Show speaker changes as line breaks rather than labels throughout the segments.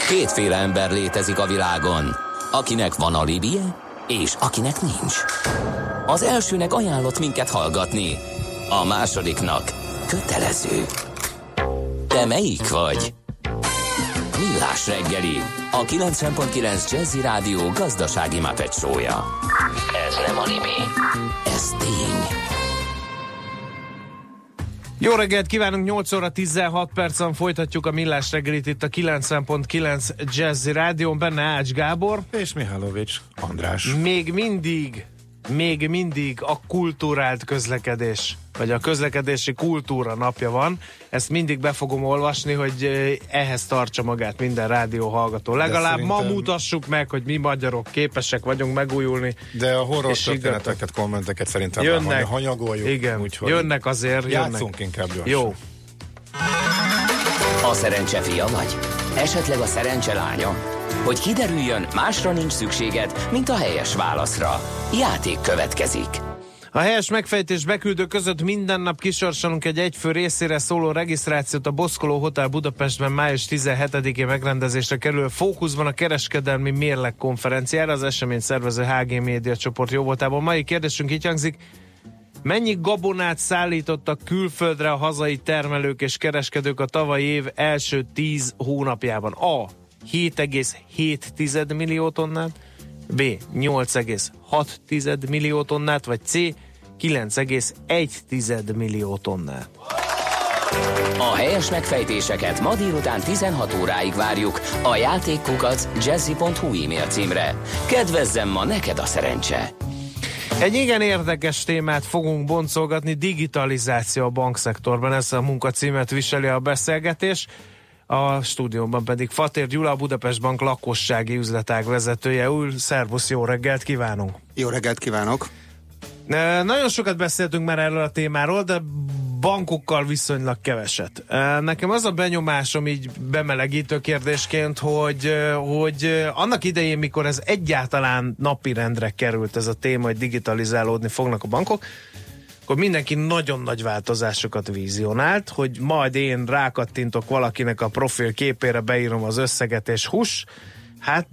Kétféle ember létezik a világon, akinek van alibije, és akinek nincs. Az elsőnek ajánlott minket hallgatni, a másodiknak kötelező. Te melyik vagy? Millás reggeli, a 90.9 Jazzy Rádió gazdasági Muppet show-ja. Ez nem anime, ez tény.
Jó reggelt kívánunk, 8 óra 16 percen folytatjuk a Millás reggelit itt a 90.9 Jazzy Rádión, benne Ács Gábor.
És Mihálovics András.
Még mindig a kulturált közlekedés, vagy a közlekedési kultúra napja van. Ezt mindig be fogom olvasni, hogy ehhez tartsa magát minden rádió hallgató. Legalább ma mutassuk meg, hogy mi magyarok képesek vagyunk megújulni.
De a horror történeteket, kommenteket szerintem
jönnek,
hanyagoljuk.
Igen,
úgyhogy
jönnek azért.
Játszunk inkább gyorsan.
Jó.
A szerencse fia vagy? Esetleg a szerencse lánya? Hogy kiderüljön, másra nincs szükséged, mint a helyes válaszra. Játék következik.
A helyes megfejtés beküldő között minden nap kisorsolunk egy egyfő részére szóló regisztrációt a Boszkoló Hotel Budapestben május 17-én megrendezésre kerülő Fókuszban a kereskedelmi mérleg konferenciára. Az esemény szervező HG Média csoport jóvoltából. Mai kérdésünk így hangzik: mennyi gabonát szállítottak külföldre a hazai termelők és kereskedők a tavalyi év első 10 hónapjában? A. 7,7 millió tonnát, B. 8,6 millió tonnát, vagy C. 9,1 millió tonnát.
A helyes megfejtéseket ma délután 16 óráig várjuk a játékkukac@jazzy.hu e-mail címre. Kedvezzem ma neked a szerencse!
Egy igen érdekes témát fogunk boncolgatni, digitalizáció a bankszektorban, ez a munkacímet viseli a beszélgetés. A stúdióban pedig Fatér Gyula, a Budapest Bank lakossági üzletág vezetője ül. Szervusz, jó reggelt kívánunk!
Jó reggelt kívánok!
Nagyon sokat beszéltünk már erről a témáról, de bankokkal viszonylag keveset. Nekem az a benyomásom így bemelegítő kérdésként, hogy annak idején, mikor ez egyáltalán napirendre került ez a téma, hogy digitalizálódni fognak a bankok, akkor mindenki nagyon nagy változásokat vizionált, hogy majd én rákattintok valakinek a profil képére, beírom az összeget és huss. Hát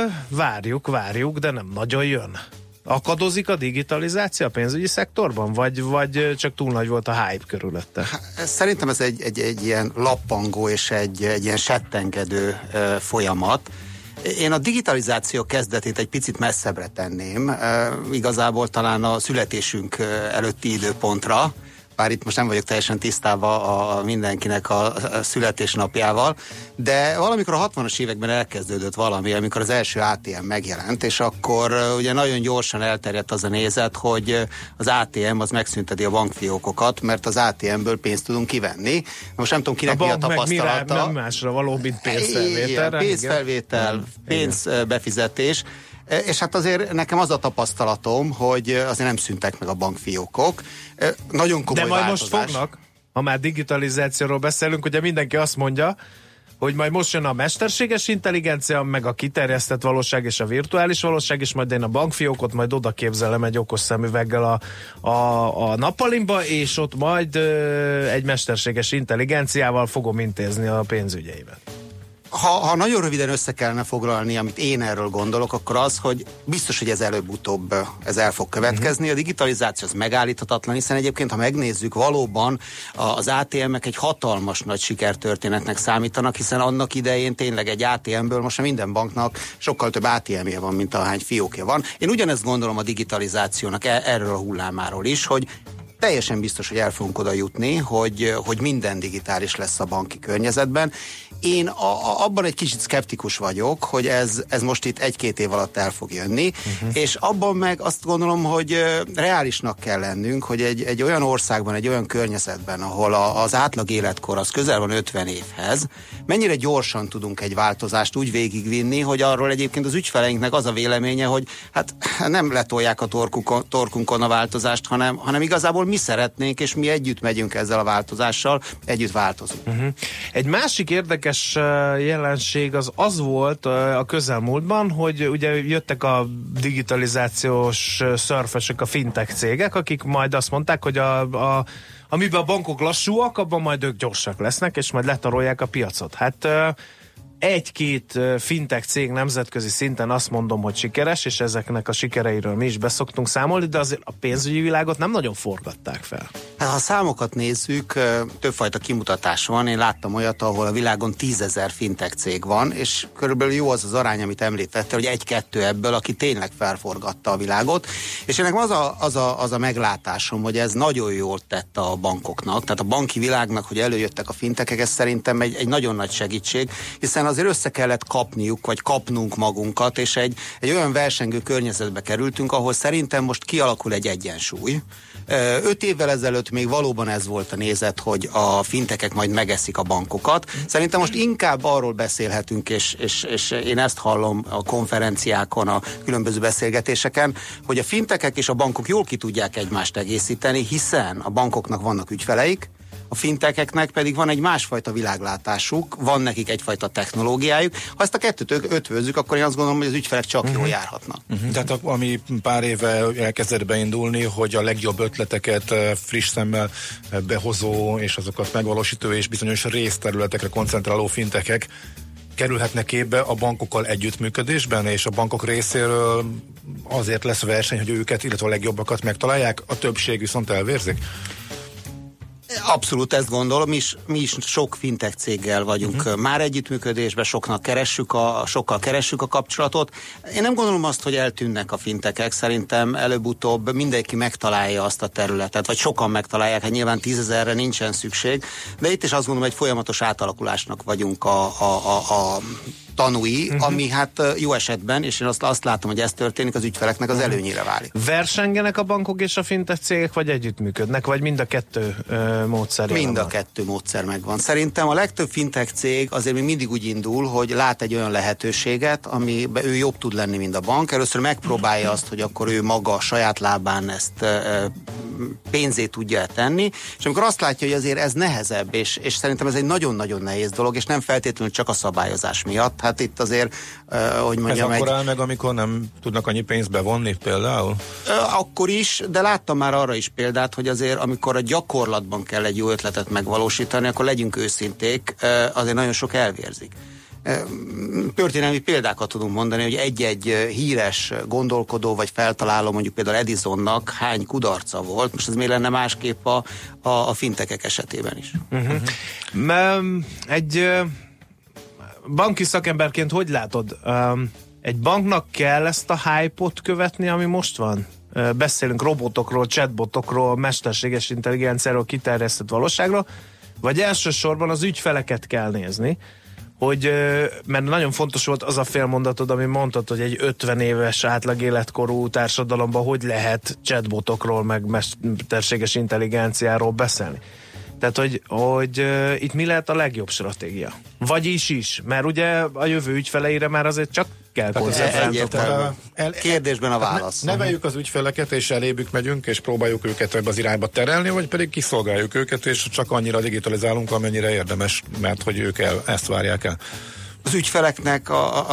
várjuk, de nem nagyon jön. Akadozik a digitalizáció a pénzügyi szektorban? Vagy csak túl nagy volt a hype körülötte?
Szerintem ez egy ilyen lappangó és egy ilyen settengedő folyamat. Én a digitalizáció kezdetét egy picit messzebbre tenném, igazából talán a születésünk előtti időpontra, bár itt most nem vagyok teljesen tisztában a mindenkinek a születésnapjával, de valamikor a 60-as években elkezdődött valami, amikor az első ATM megjelent, és akkor ugye nagyon gyorsan elterjedt az a nézet, hogy az ATM az megszünteti a bankfiókokat, mert az ATM-ből pénzt tudunk kivenni. Most nem tudom, kinek mi a tapasztalata.
Nem másra való, mint pénzfelvétel.
Pénzfelvétel, pénzbefizetés. És hát azért nekem az a tapasztalatom, hogy azért nem szűntek meg a bankfiókok. Nagyon komoly változás.
De majd most fognak, ha már digitalizációról beszélünk, ugye mindenki azt mondja, hogy majd most jön a mesterséges intelligencia, meg a kiterjesztett valóság és a virtuális valóság, és majd én a bankfiókot majd oda képzelem egy okos szemüveggel a nappalimba, és ott majd egy mesterséges intelligenciával fogom intézni a pénzügyeimet.
Ha nagyon röviden össze kellene foglalni, amit én erről gondolok, akkor az, hogy biztos, hogy ez előbb-utóbb ez el fog következni. A digitalizáció az megállíthatatlan, hiszen egyébként, ha megnézzük, valóban az ATM-ek egy hatalmas nagy sikertörténetnek számítanak, hiszen annak idején tényleg egy ATM-ből most minden banknak sokkal több ATM-je van, mint ahány fiókja van. Én ugyanezt gondolom a digitalizációnak erről a hullámáról is, hogy teljesen biztos, hogy el fogunk oda jutni, hogy minden digitális lesz a banki környezetben. Én abban egy kicsit szkeptikus vagyok, hogy ez most itt 1-2 év alatt el fog jönni, és abban meg azt gondolom, hogy reálisnak kell lennünk, hogy egy olyan országban, egy olyan környezetben, ahol az átlag életkor az közel van 50 évhez, mennyire gyorsan tudunk egy változást úgy végigvinni, hogy arról egyébként az ügyfeleinknek az a véleménye, hogy hát nem letolják a torkunkon a változást, hanem igazából mi szeretnénk, és mi együtt megyünk ezzel a változással, együtt változunk.
Egy másik érdekes jelenség az volt a közelmúltban, hogy ugye jöttek a digitalizációs szörfesek, a fintech cégek, akik majd azt mondták, hogy amiben a bankok lassúak, abban majd ők gyorsak lesznek, és majd letarolják a piacot. Hát egy-két fintech cég nemzetközi szinten azt mondom, hogy sikeres, és ezeknek a sikereiről mi is beszoktunk számolni, de azért a pénzügyi világot nem nagyon forgatták fel.
Hát, ha a számokat nézzük, többfajta kimutatás van. Én láttam olyat, ahol a világon 10 000 fintech cég van, és körülbelül jó az az arány, amit említette, hogy 1-2 ebből, aki tényleg felforgatta a világot. És ennek az a meglátásom, hogy ez nagyon jól tett a bankoknak, tehát a banki világnak, hogy előjöttek a fintechek, ez szerintem egy nagyon nagy segítség, hiszen azért össze kellett kapniuk, vagy kapnunk magunkat, és egy olyan versengő környezetbe kerültünk, ahol szerintem most kialakul egy egyensúly. 5 évvel ezelőtt még valóban ez volt a nézet, hogy a fintechek majd megeszik a bankokat. Szerintem most inkább arról beszélhetünk, és én ezt hallom a konferenciákon, a különböző beszélgetéseken, hogy a fintechek és a bankok jól ki tudják egymást egészíteni, hiszen a bankoknak vannak ügyfeleik, a fintecheknek pedig van egy másfajta világlátásuk, van nekik egyfajta technológiájuk. Ha ezt a kettőt ötvözzük, akkor én azt gondolom, hogy az ügyfelek csak jól járhatnak.
Tehát ami pár éve elkezdett beindulni, hogy a legjobb ötleteket friss szemmel behozó és azokat megvalósító és bizonyos részterületekre koncentráló fintechek kerülhetnek képbe a bankokkal együttműködésben, és a bankok részéről azért lesz verseny, hogy őket, illetve a legjobbakat megtalálják, a többség viszont elvérzik?
Abszolút ezt gondolom, mi is sok fintech céggel vagyunk már együttműködésben, sokkal keressük a kapcsolatot. Én nem gondolom azt, hogy eltűnnek a fintechek, szerintem előbb-utóbb mindenki megtalálja azt a területet, vagy sokan megtalálják, hát nyilván 10 000-re nincsen szükség, de itt is azt gondolom, hogy folyamatos átalakulásnak vagyunk a tanúi, ami hát jó esetben, és én azt látom, hogy ez történik, az ügyfeleknek az előnyére válik.
Versengenek a bankok és a fintech cégek, vagy együttműködnek, vagy mind a kettő módszer?
Mind a kettő módszer megvan. Szerintem a legtöbb fintech cég azért még mindig úgy indul, hogy lát egy olyan lehetőséget, amiben ő jobb tud lenni, mint a bank. Először megpróbálja azt, hogy akkor ő maga a saját lábán ezt pénzét tudja tenni, és amikor azt látja, hogy azért ez nehezebb, és szerintem ez egy nagyon-nagyon nehéz dolog, és nem feltétlenül csak a szabályozás miatt. Hát itt azért, hogy mondjam...
Ez akkor áll meg, amikor nem tudnak annyi pénzt bevonni például?
Akkor is, de láttam már arra is példát, hogy azért amikor a gyakorlatban kell egy jó ötletet megvalósítani, akkor legyünk őszinték, azért nagyon sok elvérzik. Történelmi példákat tudunk mondani, hogy egy-egy híres gondolkodó vagy feltaláló, mondjuk például Edisonnak hány kudarca volt, most ez még lenne másképp a fintechek esetében is.
Egy banki szakemberként hogy látod? Egy banknak kell ezt a hype-ot követni, ami most van? Beszélünk robotokról, chatbotokról, mesterséges intelligenciáról, kiterjesztett valóságról, vagy elsősorban az ügyfeleket kell nézni, hogy, mert nagyon fontos volt az a félmondatod, ami mondtad, hogy egy 50 éves átlag életkorú társadalomban hogy lehet chatbotokról, meg mesterséges intelligenciáról beszélni. Tehát, hogy itt mi lehet a legjobb stratégia? Vagyis is, mert ugye a jövő ügyfeleire már azért csak kell koncentrálni.
Kérdésben a válasz.
Neveljük az ügyfeleket, és elébük megyünk, és próbáljuk őket ebbe az irányba terelni, vagy pedig kiszolgáljuk őket, és csak annyira digitalizálunk, amennyire érdemes, mert hogy ők ezt várják el.
Az ügyfeleknek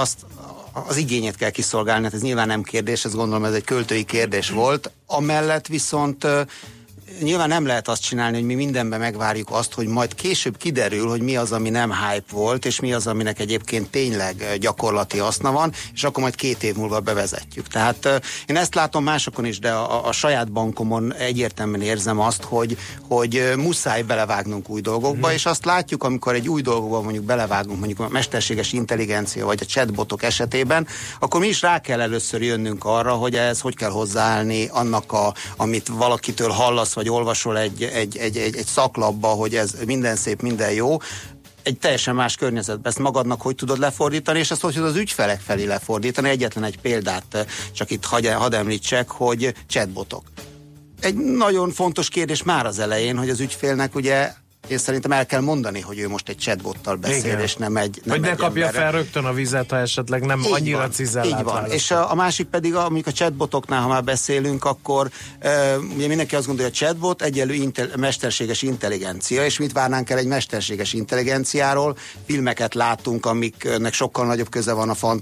az igényét kell kiszolgálni, hát ez nyilván nem kérdés, ezt gondolom ez egy költői kérdés volt. Amellett viszont nyilván nem lehet azt csinálni, hogy mi mindenben megvárjuk azt, hogy majd később kiderül, hogy mi az, ami nem hype volt, és mi az, aminek egyébként tényleg gyakorlati haszna van, és akkor majd 2 év múlva bevezetjük. Tehát én ezt látom másokon is, de a saját bankomon egyértelműen érzem azt, hogy muszáj belevágnunk új dolgokba, és azt látjuk, amikor egy új dolgokba mondjuk belevágunk, mondjuk a mesterséges intelligencia, vagy a chatbotok esetében, akkor mi is rá kell először jönnünk arra, hogy ez hogy kell hozzáállni annak, amit valakitől hallasz, vagy olvasol egy szaklapba, hogy ez minden szép, minden jó, egy teljesen más környezetben ezt magadnak hogy tudod lefordítani, és ezt hogy tudod az ügyfelek felé lefordítani. Egyetlen egy példát csak itt hadd említsek, hogy chatbotok. Egy nagyon fontos kérdés már az elején, hogy az ügyfélnek ugye én szerintem el kell mondani, hogy ő most egy chatbottal beszél, igen, és nem egy
hogy ne kapja emberre fel rögtön a vizet, ha esetleg nem így annyira
van,
cizellált.
Így van. És a másik pedig, amikor a chatbotoknál, ha már beszélünk, akkor ugye mindenki azt gondolja, hogy a chatbot egyenlő mesterséges intelligencia, és mit várnánk el egy mesterséges intelligenciáról? Filmeket látunk, amiknek sokkal nagyobb köze van a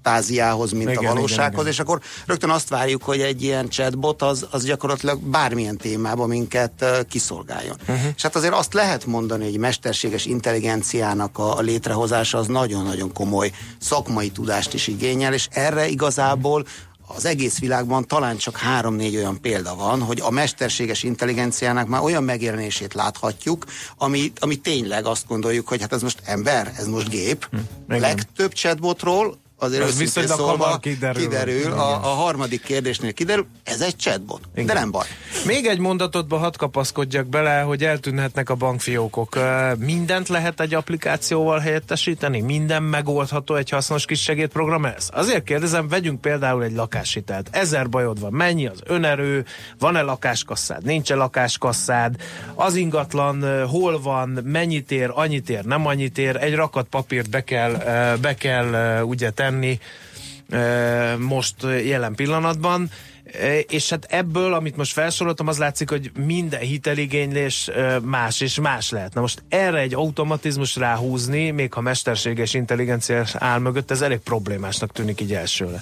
fantáziához, mint
igen,
a valósághoz,
igen.
és akkor rögtön azt várjuk, hogy egy ilyen chatbot az gyakorlatilag bármilyen témában minket kiszolgáljon. És hát azért azt lehet mondani, hogy mesterséges intelligenciának a létrehozása az nagyon-nagyon komoly szakmai tudást is igényel, és erre igazából az egész világban talán csak 3-4 olyan példa van, hogy a mesterséges intelligenciának már olyan megjelenését láthatjuk, ami tényleg azt gondoljuk, hogy hát ez most ember, ez most gép. Legtöbb chatbotról azért
ez
őszintén
viszonylag
szólva
hamar kiderül.
a harmadik kérdésnél kiderül, ez egy chatbot, de nem baj.
Még egy mondatotba hadd kapaszkodjak bele, hogy eltűnhetnek a bankfiókok. Mindent lehet egy applikációval helyettesíteni? Minden megoldható egy hasznos kis segédprogram ez? Azért kérdezem, vegyünk például egy lakáshitelt. 1000 bajod van, mennyi az önerő, van-e lakáskasszád, nincs-e lakáskasszád, az ingatlan hol van, mennyit ér, annyit ér, nem annyit ér, egy rakat papírt be kell ugye tenni most jelen pillanatban, és hát ebből, amit most felsoroltam, az látszik, hogy minden hiteligénylés más és más lehet. Na most erre egy automatizmus ráhúzni, még ha mesterséges intelligencia áll mögött, ez elég problémásnak tűnik így elsőre.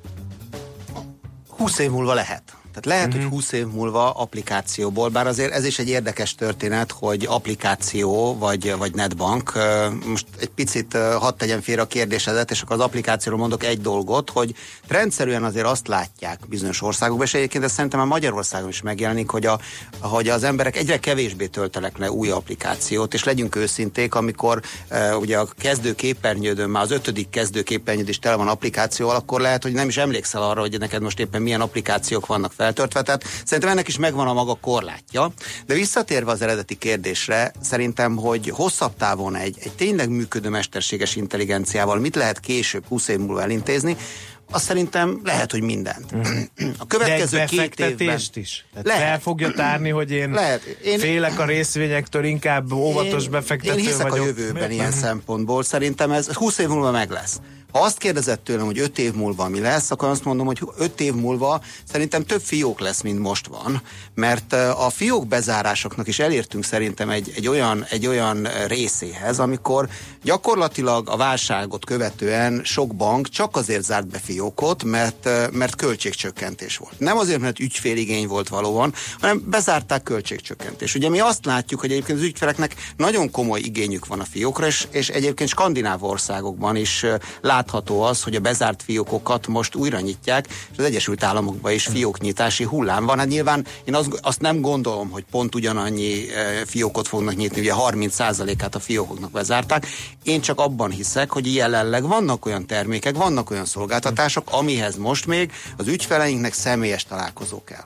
20 év múlva lehet. Tehát lehet, hogy 20 év múlva applikációból, bár azért ez is egy érdekes történet, hogy applikáció vagy netbank, most egy picit hadd tegyem félre a kérdésedet, és akkor az applikációról mondok egy dolgot, hogy rendszerűen azért azt látják bizonyos országokban, és egyébként ez szerintem a Magyarországon is megjelenik, hogy az emberek egyre kevésbé töltenek le új applikációt, és legyünk őszinték, amikor ugye a kezdőképernyődön, már az 5. kezdőképernyőd is tele van applikációval, akkor lehet, hogy nem is emlékszel arra, hogy neked most éppen milyen applikációk vannak feltöltve, tehát szerintem ennek is megvan a maga korlátja. De visszatérve az eredeti kérdésre, szerintem, hogy hosszabb távon egy tényleg működő mesterséges intelligenciával mit lehet később 20 év múlva elintézni, azt szerintem lehet, hogy mindent. A következő 2 évben
is. Fel fogja tárni, hogy én félek a részvényektől, inkább óvatos befektető
vagyok. Én hiszek
vagyok.
a jövőben ilyen szempontból. Szerintem ez 20 év múlva meg lesz. Ha azt kérdezett tőlem, hogy 5 év múlva mi lesz, akkor azt mondom, hogy 5 év múlva szerintem több fiók lesz, mint most van, mert a fiók bezárásoknak is elértünk szerintem egy olyan részéhez, amikor gyakorlatilag a válságot követően sok bank csak azért zárt be fiókot, mert költségcsökkentés volt. Nem azért, mert ügyféligény volt valóban, hanem bezárták költségcsökkentés. Ugye mi azt látjuk, hogy egyébként az ügyfeleknek nagyon komoly igényük van a fiókra, és egyébként skandináv országokban is látható az, hogy a bezárt fiókokat most újra nyitják, és az Egyesült Államokban is fióknyitási hullám van. Hát nyilván én azt nem gondolom, hogy pont ugyanannyi fiókot fognak nyitni, ugye 30%-át a fiókoknak bezárták. Én csak abban hiszek, hogy jelenleg vannak olyan termékek, vannak olyan szolgáltatások, amihez most még az ügyfeleinknek személyes találkozó kell.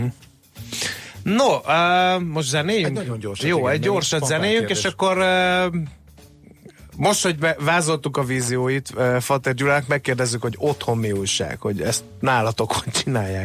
No, most zenéljünk?
Egy nagyon gyorsat.
Jó,
igen,
egy gyorsat zenéljünk, és akkor most, hogy vázoltuk a vízióit Fater Gyulának, megkérdezzük, hogy otthon mi újság, hogy ezt nálatok hogy csinálják.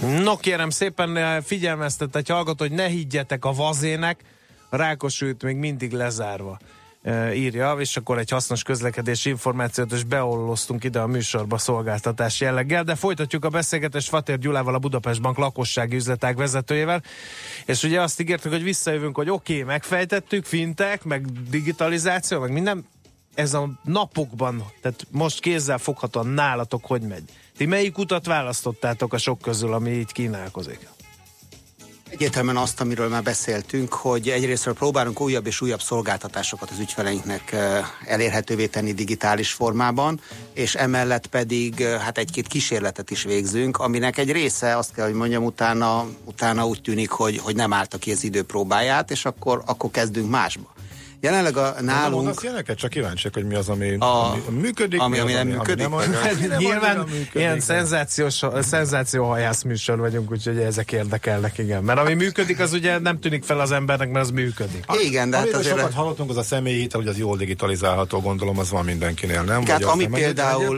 No kérem szépen, figyelmeztet egy hallgató, hogy ne higgyetek a vazének, a Rákosút még mindig lezárva, írja, és akkor egy hasznos közlekedési információt is beolloztunk ide a műsorba szolgáltatás jelleggel, de folytatjuk a beszélgetést Fatér Gyulával, a Budapest Bank lakossági üzletág vezetőjével, és ugye azt ígértük, hogy visszajövünk, hogy oké, megfejtettük, fintech, meg digitalizáció, meg minden, ez a napokban, tehát most kézzel foghatóan nálatok hogy megy? Ti melyik utat választottátok a sok közül, ami így kínálkozik?
Egyértelműen azt, amiről már beszéltünk, hogy egyrésztről próbálunk újabb és újabb szolgáltatásokat az ügyfeleinknek elérhetővé tenni digitális formában, és emellett pedig hát egy-két kísérletet is végzünk, aminek egy része, azt kell, hogy mondjam, utána úgy tűnik, hogy nem állta ki az idő próbáját, és akkor kezdünk másba. Jelenleg nálunk...
Mondasz ilyeneket? Csak kíváncsiak, hogy mi az, ami működik,
ami nem működik.
Nyilván ilyen szenzációhajász műsor vagyunk, úgyhogy ezek érdekelnek, igen. Mert ami működik, az ugye nem tűnik fel az embernek, mert az működik.
Igen, de hát
azért... sokat hallottunk, az a személyi hitel, hogy az jól digitalizálható, gondolom, az van mindenkinél, nem?
Hát ami például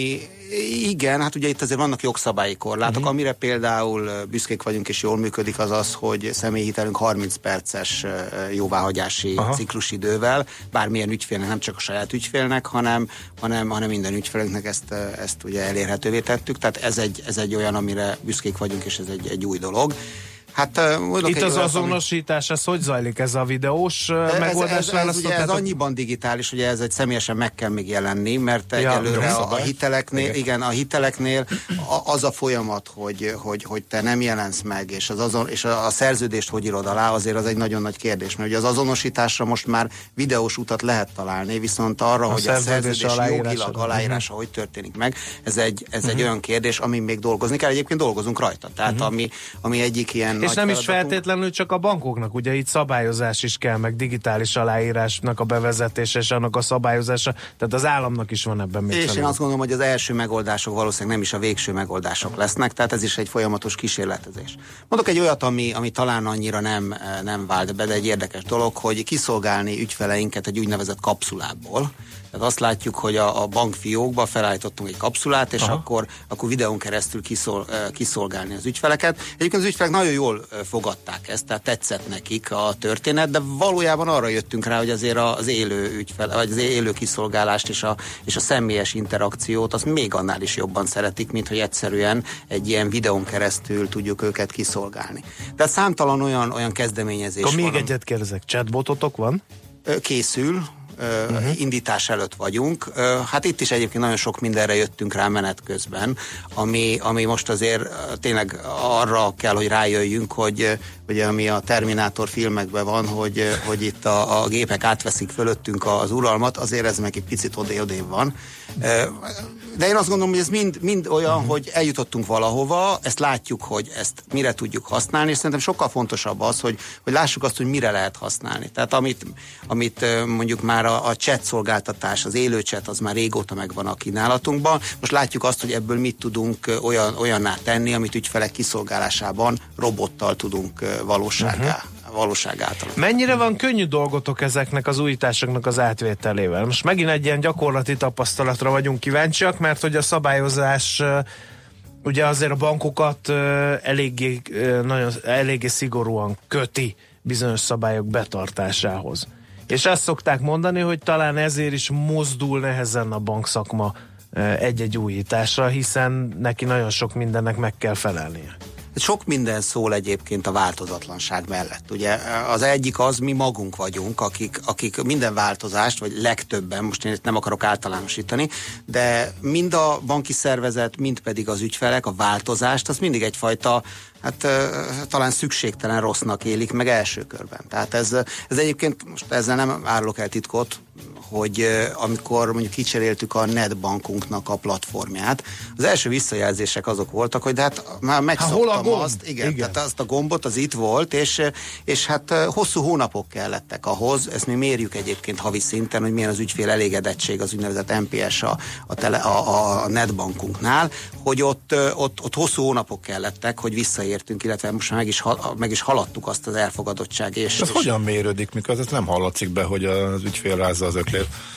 igen, hát ugye itt azért vannak jogszabályi korlátok, amire például büszkék vagyunk és jól működik az, hogy személyhitelünk 30 perces jóváhagyási ciklusidővel, bármilyen ügyfélnek, nem csak a saját ügyfélnek, hanem minden ügyfélünknek ezt ugye elérhetővé tettük, tehát ez egy olyan, amire büszkék vagyunk, és ez egy új dolog. Hát,
itt az azonosítás, ez hogy zajlik, ez a videós megoldás választott?
Ez annyiban digitális, ugye ez egy személyesen meg kell még jelenni, mert egyelőre a hiteleknél az a folyamat, hogy te nem jelensz meg, és a szerződést hogy írod alá, azért az egy nagyon nagy kérdés, mert ugye az azonosításra most már videós utat lehet találni, viszont arra, hogy a szerződés jogilag aláírása hogy történik meg, ez egy olyan kérdés, amin még dolgozni kell, egyébként dolgozunk rajta, tehát ami egyik ilyen.
És nem is feltétlenül csak a bankoknak, ugye itt szabályozás is kell, meg digitális aláírásnak a bevezetése és annak a szabályozása, tehát az államnak is van ebben.
És én azt gondolom, hogy az első megoldások valószínűleg nem is a végső megoldások lesznek, tehát ez is egy folyamatos kísérletezés. Mondok egy olyat, ami talán annyira nem vált be, de egy érdekes dolog, hogy kiszolgálni ügyfeleinket egy úgynevezett kapszulából. Tehát azt látjuk, hogy a bankfiókba felállítottunk egy kapszulát, és akkor videón keresztül kiszolgálni az ügyfeleket. Egyébként az ügyfelek nagyon jól fogadták ezt, tehát tetszett nekik a történet, de valójában arra jöttünk rá, hogy azért az élő vagy az élő kiszolgálást és a személyes interakciót azt még annál is jobban szeretik, mint hogy egyszerűen egy ilyen videón keresztül tudjuk őket kiszolgálni. Tehát számtalan olyan kezdeményezés van.
Még egyet kérdezek, chatbototok van?
Készül. Indítás előtt vagyunk. Hát itt is egyébként nagyon sok mindenre jöttünk rá menet közben, ami most azért tényleg arra kell, hogy rájöjjünk, hogy ugye ami a Terminátor filmekben van, hogy itt a gépek átveszik fölöttünk az uralmat, azért ez meg egy picit odébb van. De én azt gondolom, hogy ez mind olyan, hogy eljutottunk valahova, ezt látjuk, hogy ezt mire tudjuk használni, és szerintem sokkal fontosabb az, hogy lássuk azt, hogy mire lehet használni. Tehát amit mondjuk már a chat szolgáltatás, az élő chat, az már régóta megvan a kínálatunkban. Most látjuk azt, hogy ebből mit tudunk olyanná tenni, amit ügyfelek kiszolgálásában robottal tudunk valóság által.
Mennyire van könnyű dolgotok ezeknek az újításoknak az átvételével? Most megint egy ilyen gyakorlati tapasztalatra vagyunk kíváncsiak, mert hogy a szabályozás ugye azért a bankokat eléggé szigorúan köti bizonyos szabályok betartásához. És azt szokták mondani, hogy talán ezért is mozdul nehezen a bankszakma egy-egy újításra, hiszen neki nagyon sok mindennek meg kell felelnie.
Sok minden szól egyébként a változatlanság mellett. Ugye az egyik az, mi magunk vagyunk, akik minden változást, vagy legtöbben, most én nem akarok általánosítani, de mind a banki szervezet, mind pedig az ügyfelek a változást, az mindig egyfajta talán szükségtelen rossznak élik meg első körben. Tehát ez egyébként, most ezzel nem árulok el titkot, hogy amikor mondjuk kicseréltük a netbankunknak a platformját, az első visszajelzések azok voltak, hogy de hát már megszoktam azt, igen. Tehát azt a gombot, az itt volt, és hát hosszú hónapok kellettek ahhoz, ezt mi mérjük egyébként havi szinten, hogy milyen az ügyfél elégedettség, az úgynevezett NPS a netbankunknál, hogy ott hosszú hónapok kellettek, hogy visszaértünk, illetve most meg is haladtuk azt az elfogadottság.
Ez hogyan mérődik, mikor ez nem hallatszik be, hogy az ügyfél rázza az öklét?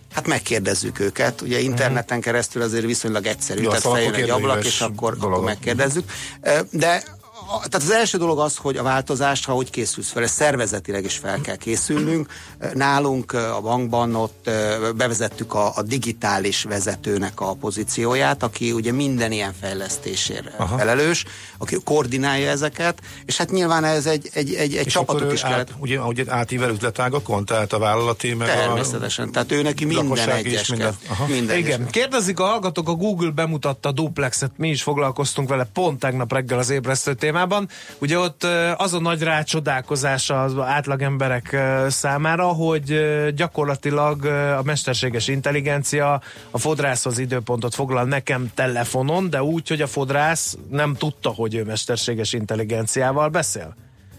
Hát megkérdezzük őket, ugye interneten keresztül azért viszonylag egyszerű,
jó,
tehát feljön egy ablak, és akkor megkérdezzük. De tehát az első dolog az, hogy a változást, ha hogy készülsz fel, szervezetileg is fel kell készülnünk. Nálunk a bankban ott bevezettük a digitális vezetőnek a pozícióját, aki ugye minden ilyen fejlesztésért felelős, aki koordinálja ezeket, és hát nyilván ez egy csapatot is kellett.
Ugye átível üzletágakon, tehát a vállalati, meg
természetesen, tehát ő neki minden egyes
Igen, kérdezik a hallgatók, a Google bemutatta a Duplexet, mi is foglalkoztunk vele pont tegnap reggel az ébresztő témában. Ugye ott az a nagy rácsodálkozás az átlagemberek számára, hogy gyakorlatilag a mesterséges intelligencia a fodrászhoz időpontot foglal nekem telefonon, de úgy, hogy a fodrász nem tudta, hogy ő mesterséges intelligenciával beszél.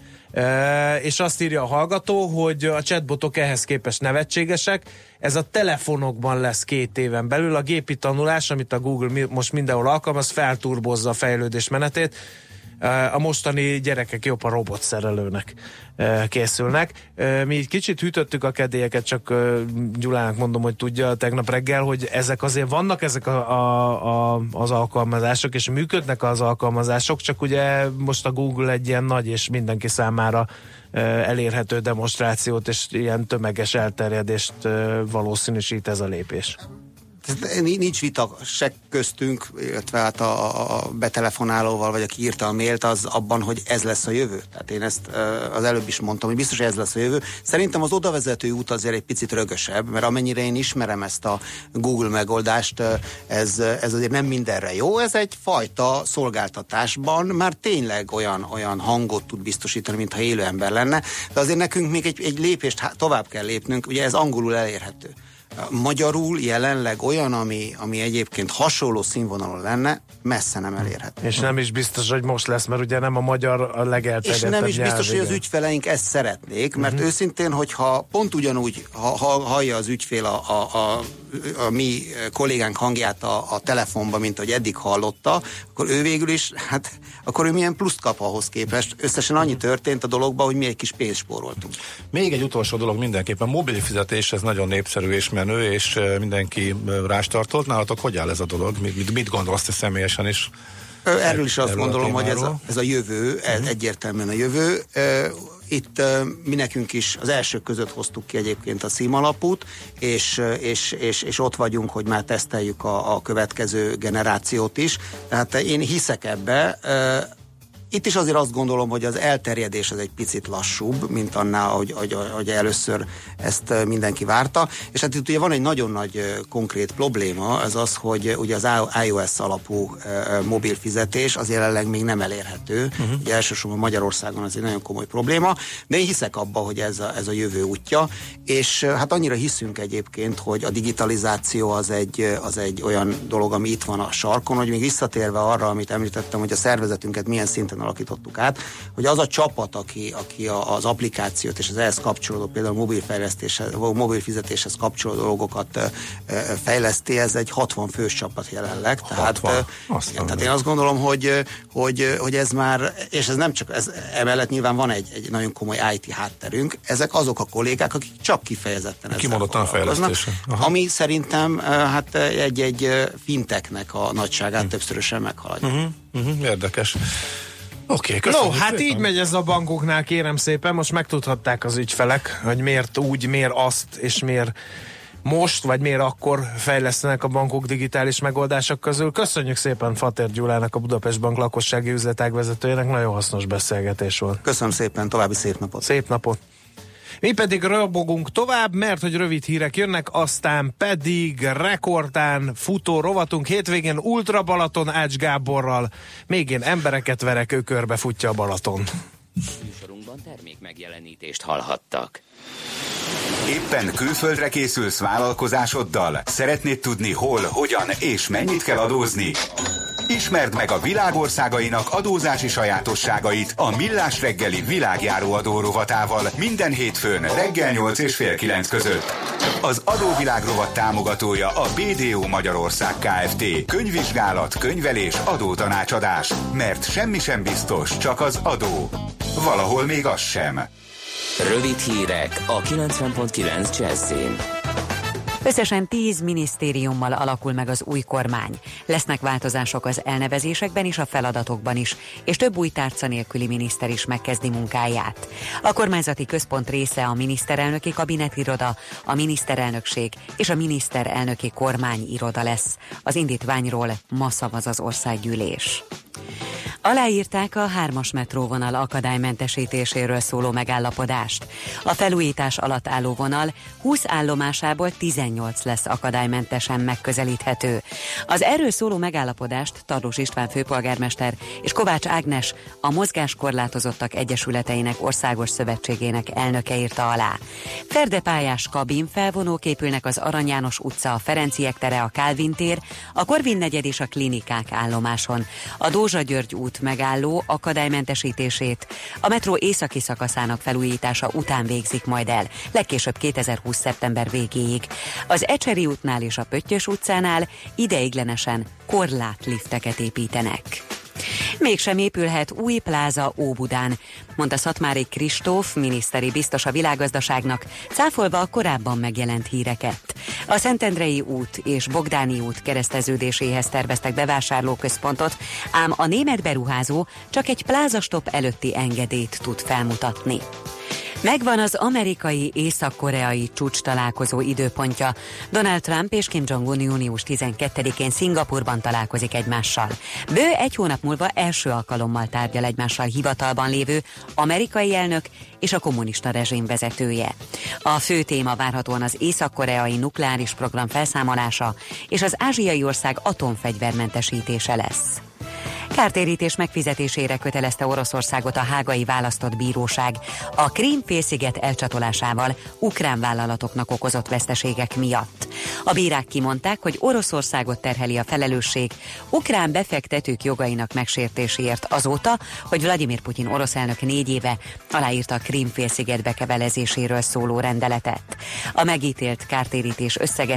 És azt írja a hallgató, hogy a chatbotok ehhez képest nevetségesek, ez a telefonokban lesz 2 éven belül, a gépi tanulás, amit a Google most mindenhol alkalmaz, felturbozza a fejlődés menetét. A mostani gyerekek jobb a robotszerelőnek készülnek. Mi így kicsit hűtöttük a kedélyeket, csak Gyulának mondom, hogy tudja tegnap reggel, hogy ezek azért vannak ezek az alkalmazások, és működnek az alkalmazások, csak ugye most a Google egy ilyen nagy és mindenki számára elérhető demonstrációt és ilyen tömeges elterjedést valószínűsít ez a lépés.
Nincs vita se köztünk, illetve hát a betelefonálóval, vagy aki írta a mailt, az abban, hogy ez lesz a jövő. Tehát én ezt az előbb is mondtam, hogy biztos, hogy ez lesz a jövő. Szerintem az odavezető út azért egy picit rögösebb, mert amennyire én ismerem ezt a Google megoldást, ez azért nem mindenre jó. Ez egyfajta szolgáltatásban már tényleg olyan hangot tud biztosítani, mintha élő ember lenne, de azért nekünk még egy lépést tovább kell lépnünk, ugye ez angolul elérhető. Magyarul jelenleg olyan, ami egyébként hasonló színvonalon lenne, messze nem elérhető.
És nem is biztos, hogy most lesz, mert ugye nem a magyar a legelterjedtebb nyelv.
És nem is biztos, hogy az ügyfeleink ezt szeretnék, mert őszintén, hogyha pont ugyanúgy hallja az ügyfél a mi kollégánk hangját a telefonban, mint ahogy eddig hallotta, akkor ő végül is, hát akkor ő milyen pluszt kap ahhoz képest. Összesen annyi történt a dologban, hogy mi egy kis pénzt spóroltunk.
Még egy utolsó dolog mindenképpen, mobil fizetés, ez nagyon népszerű és menő, és mindenki rástartolt. Nálatok hogy áll ez a dolog? Mit gondolsz te személyesen is?
Erről is azt gondolom, hogy ez a jövő, egyértelműen a jövő. Itt mi nekünk is az elsők között hoztuk ki egyébként a szímalapút, és ott vagyunk, hogy már teszteljük a következő generációt is. Tehát én hiszek ebbe. Itt is azért azt gondolom, hogy az elterjedés az egy picit lassúbb, mint annál, hogy először ezt mindenki várta. És hát itt ugye van egy nagyon nagy konkrét probléma, ez az, hogy ugye az iOS alapú mobil fizetés az jelenleg még nem elérhető. Ugye elsősorban Magyarországon az egy nagyon komoly probléma, de én hiszek abba, hogy ez a jövő útja, és hát annyira hiszünk egyébként, hogy a digitalizáció az egy olyan dolog, ami itt van a sarkon, hogy még visszatérve arra, amit említettem, hogy a szervezetünket milyen szinten alakítottuk át, hogy az a csapat, aki az applikációt és az ehhez kapcsolódó, például mobil fizetéshez kapcsolódó dolgokat fejleszti, ez egy 60 fős csapat jelenleg. Tehát én azt gondolom, hogy ez már, és ez nem csak, emellett nyilván van egy nagyon komoly IT hátterünk, ezek azok a kollégák, akik csak kifejezetten ezzel
kimondottan
foglalkoznak, ami szerintem hát egy fintechnek a nagyságát többszörösen meghaladja.
Érdekes. Okay,
no, hát szépen. Így megy ez a bankoknál, kérem szépen, most megtudhatták az ügyfelek, hogy miért úgy, miért azt, és miért most, vagy miért akkor fejlesztenek a bankok digitális megoldások közül. Köszönjük szépen Fatér Gyulának, a Budapest Bank lakossági üzletág vezetőjének, nagyon hasznos beszélgetés volt.
Köszönöm szépen, további szép napot.
Szép napot. Mi pedig robogunk tovább, mert hogy rövid hírek jönnek, aztán pedig rekordtán futó rovatunk hétvégén Ultra Balaton Ács Gáborral. Még én embereket verek, ő körbe futja a Balaton.
Műsorunkban termék megjelenítést hallhattak.
Éppen külföldre készülsz vállalkozásoddal? Szeretnéd tudni hol, hogyan és mennyit kell adózni? Ismerd meg a világ országainak adózási sajátosságait a Millás reggeli világjáró adó rovatával minden hétfőn reggel 8 és fél 9 között. Az adóvilág rovat támogatója a BDO Magyarország Kft. Könyvvizsgálat, könyvelés, adótanácsadás. Mert semmi sem biztos, csak az adó. Valahol még az sem.
Rövid hírek a 90.9 Jazzin.
Összesen 10 minisztériummal alakul meg az új kormány. Lesznek változások az elnevezésekben és a feladatokban is, és több új tárca nélküli miniszter is megkezdi munkáját. A kormányzati központ része a miniszterelnöki kabinetiroda, a miniszterelnökség és a miniszterelnöki kormányiroda lesz. Az indítványról ma szavaz az országgyűlés. Aláírták a 3-as metróvonal akadálymentesítéséről szóló megállapodást. A felújítás alatt álló vonal 20 állomásából 18 lesz akadálymentesen megközelíthető. Az erről szóló megállapodást Tarlós István főpolgármester és Kovács Ágnes, a Mozgáskorlátozottak Egyesületeinek Országos Szövetségének elnöke írta alá. Ferdepályás kabinfelvonók épülnek az Arany János utca, a Ferenciek tere, a Kálvin tér, a Korvin negyed és a Klinikák állomáson. A Dózsa György út megálló akadálymentesítését a metró északi szakaszának felújítása után végzik majd el, legkésőbb 2020. szeptember végéig. Az Ecseri útnál és a Pöttyös utcánál ideiglenesen korlátlifteket építenek. Mégsem épülhet új pláza Óbudán, mondta Szatmári Kristóf, miniszteri biztos a világgazdaságnak, cáfolva a korábban megjelent híreket. A Szentendrei út és Bogdáni út kereszteződéséhez terveztek bevásárlóközpontot, ám a német beruházó csak egy plázastop előtti engedélyt tud felmutatni. Megvan az amerikai észak-koreai csúcs találkozó időpontja. Donald Trump és Kim Jong-un június 12-én Szingapurban találkozik egymással. Bő egy hónap múlva első alkalommal tárgyal egymással hivatalban lévő amerikai elnök és a kommunista rezsim vezetője. A fő téma várhatóan az észak-koreai nukleáris program felszámolása és az ázsiai ország atomfegyvermentesítése lesz. Kártérítés megfizetésére kötelezte Oroszországot a hágai választott bíróság a Krím-félsziget elcsatolásával ukrán vállalatoknak okozott veszteségek miatt. A bírák kimondták, hogy Oroszországot terheli a felelősség ukrán befektetők jogainak megsértéséért azóta, hogy Vladimir Putyin orosz elnök 4 éve aláírta a Krím-félsziget bekevelezéséről szóló rendeletet. A megítélt kártérítés összege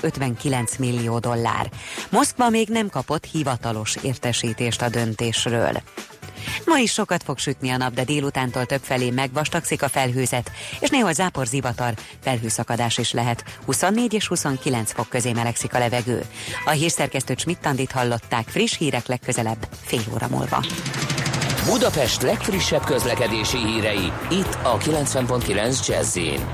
$159 millió. Moszkva még nem kapott hivatalos értesítést a döntésről. Ma is sokat fog sütni a nap, de délutántól többfelé megvastagszik a felhőzet, és néhol zápor, zivatar, felhőszakadás is lehet. 24 és 29 fok közé melegszik a levegő. A hírszerkesztő Schmidt-Andit hallották, friss hírek legközelebb fél óra múlva.
Budapest legfrissebb közlekedési hírei, itt a 90.9 Jazz-in.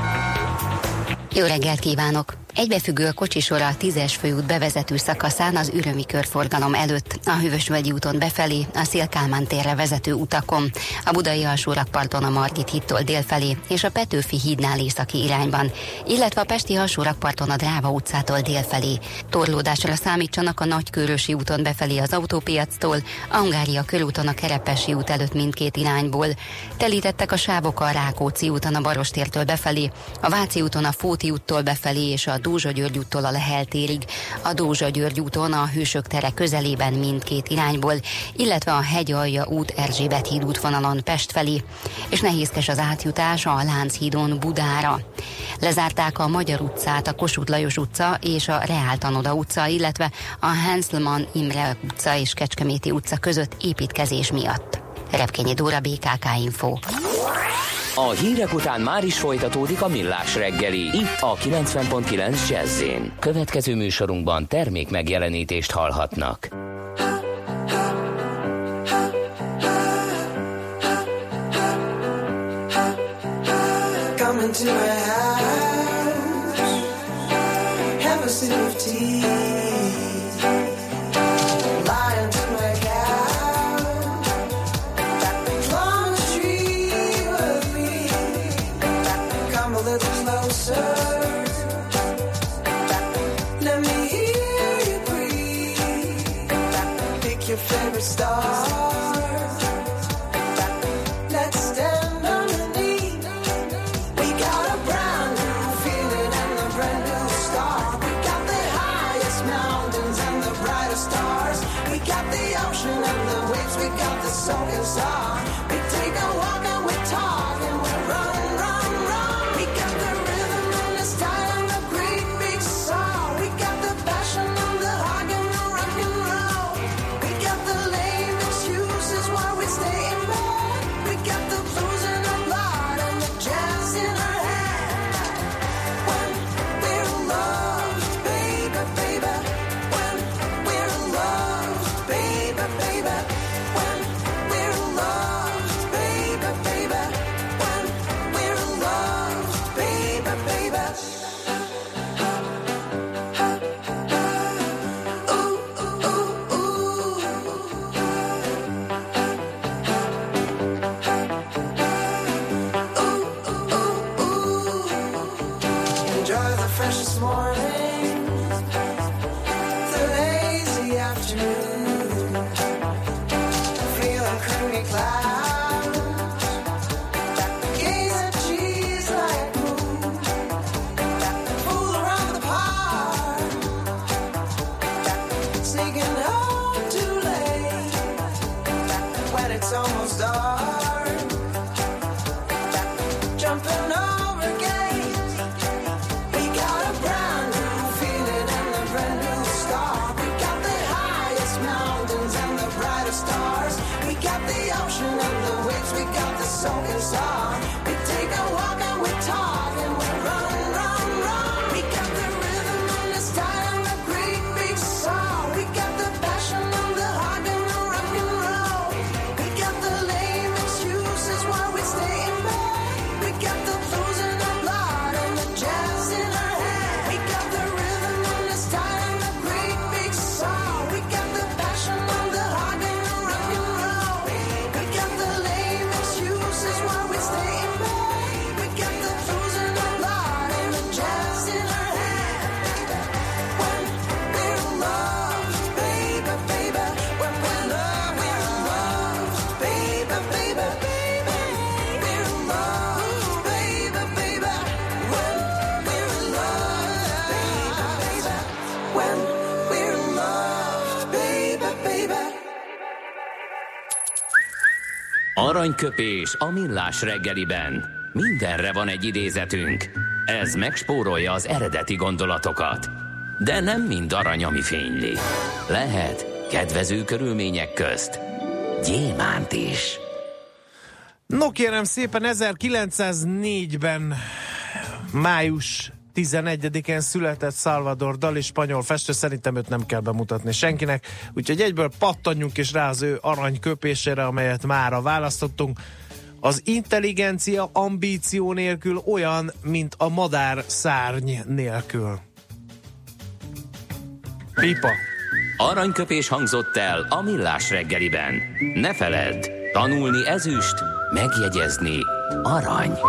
Jó reggelt kívánok! Egybefüggő a kocsisor a 10-es főút bevezető szakaszán az Ürömi körforgalom előtt, a Hűvösvölgyi úton befelé, a Széll-Kálmán térre vezető utakon, a Budai alsórakparton a Margit hídtól délfelé és a Petőfi hídnál északi irányban, illetve a Pesti alsórakparton a Dráva utcától délfelé. Torlódásra számítsanak a Nagykőrösi úton befelé az Autópiactól, a Hungária körúton a Kerepesi út előtt mindkét irányból. Telítettek a sávok a Rákóczi úton a Barostértől befelé, a Váci úton a Fóti úttól befelé és a Dózsa György úttól a Lehel térig, a Dózsa György úton a Hősök tere közelében mindkét irányból, illetve a Hegyalja út Erzsébet híd útvonalon Pest felé, és nehézkes az átjutás a Lánchídon Budára. Lezárták a Magyar utcát, a Kossuth Lajos utca és a Reál Tanoda utca, illetve a Henselmann Imre utca és Kecskeméti utca között építkezés miatt. Repkényi Dóra, BKK Info.
A hírek után már is folytatódik a Millás reggeli, itt a 90.9 Jazz-in. Következő műsorunkban termék megjelenítést hallhatnak. Come to my house, have a sip of tea. Let me hear you breathe. Pick your favorite stars. Let's stand underneath. We got a brand new feeling and a brand new start. We got the highest mountains and the brightest stars. We got the ocean and the waves. We got the soaking star. We take a walk and we talk and we run. We got the rhythm and the style and the great big song. We got the passion and the heart and the rock and roll. We got the lame excuses while we stay in bed. We got the blues in our blood and the jazz in our head. When we're alone.
afternoon, feeling creamy clouds, gaze at trees like moon, fool around the park, sneaking home too late when it's almost dark, jumping over gates. We got a brand new feeling and a brand new start. We got the highest mountains and the brightest stars. We got the ocean and the waves. We got the soaking sun. We take a walk and we talk and we run, run, run. We got the rhythm and the style and the great big song. We got the passion and the heart and the rock and roll. We got the lame excuses while we stay in bed. We got the blues in the blood and the jazz in our head. We got the rhythm and the style and the great big song. We got the passion and the heart and the rock and roll. We got the lame excuses while we stay in bed. We got the blues in the blood and the jazz in our head. When we're in love, baby, baby. When we're in love, baby, baby, baby. We're in love, baby, baby. When we're in love, baby, baby. When we're in love, baby, baby.
Aranyköpés a millás reggeliben. Mindenre van egy idézetünk. Ez megspórolja az eredeti gondolatokat. De nem mind arany, ami fényli. Lehet kedvező körülmények közt gyémánt is.
No kérem szépen, 1904-ben május 11-én született Salvador Dali, spanyol festő, szerintem őt nem kell bemutatni senkinek, úgyhogy egyből pattanjunk is rá az ő aranyköpésére, amelyet mára választottunk. Az intelligencia ambíció nélkül olyan, mint a madár szárny nélkül. Pipa.
Aranyköpés hangzott el a millás reggeliben. Ne feledd, tanulni ezüst, megjegyezni arany.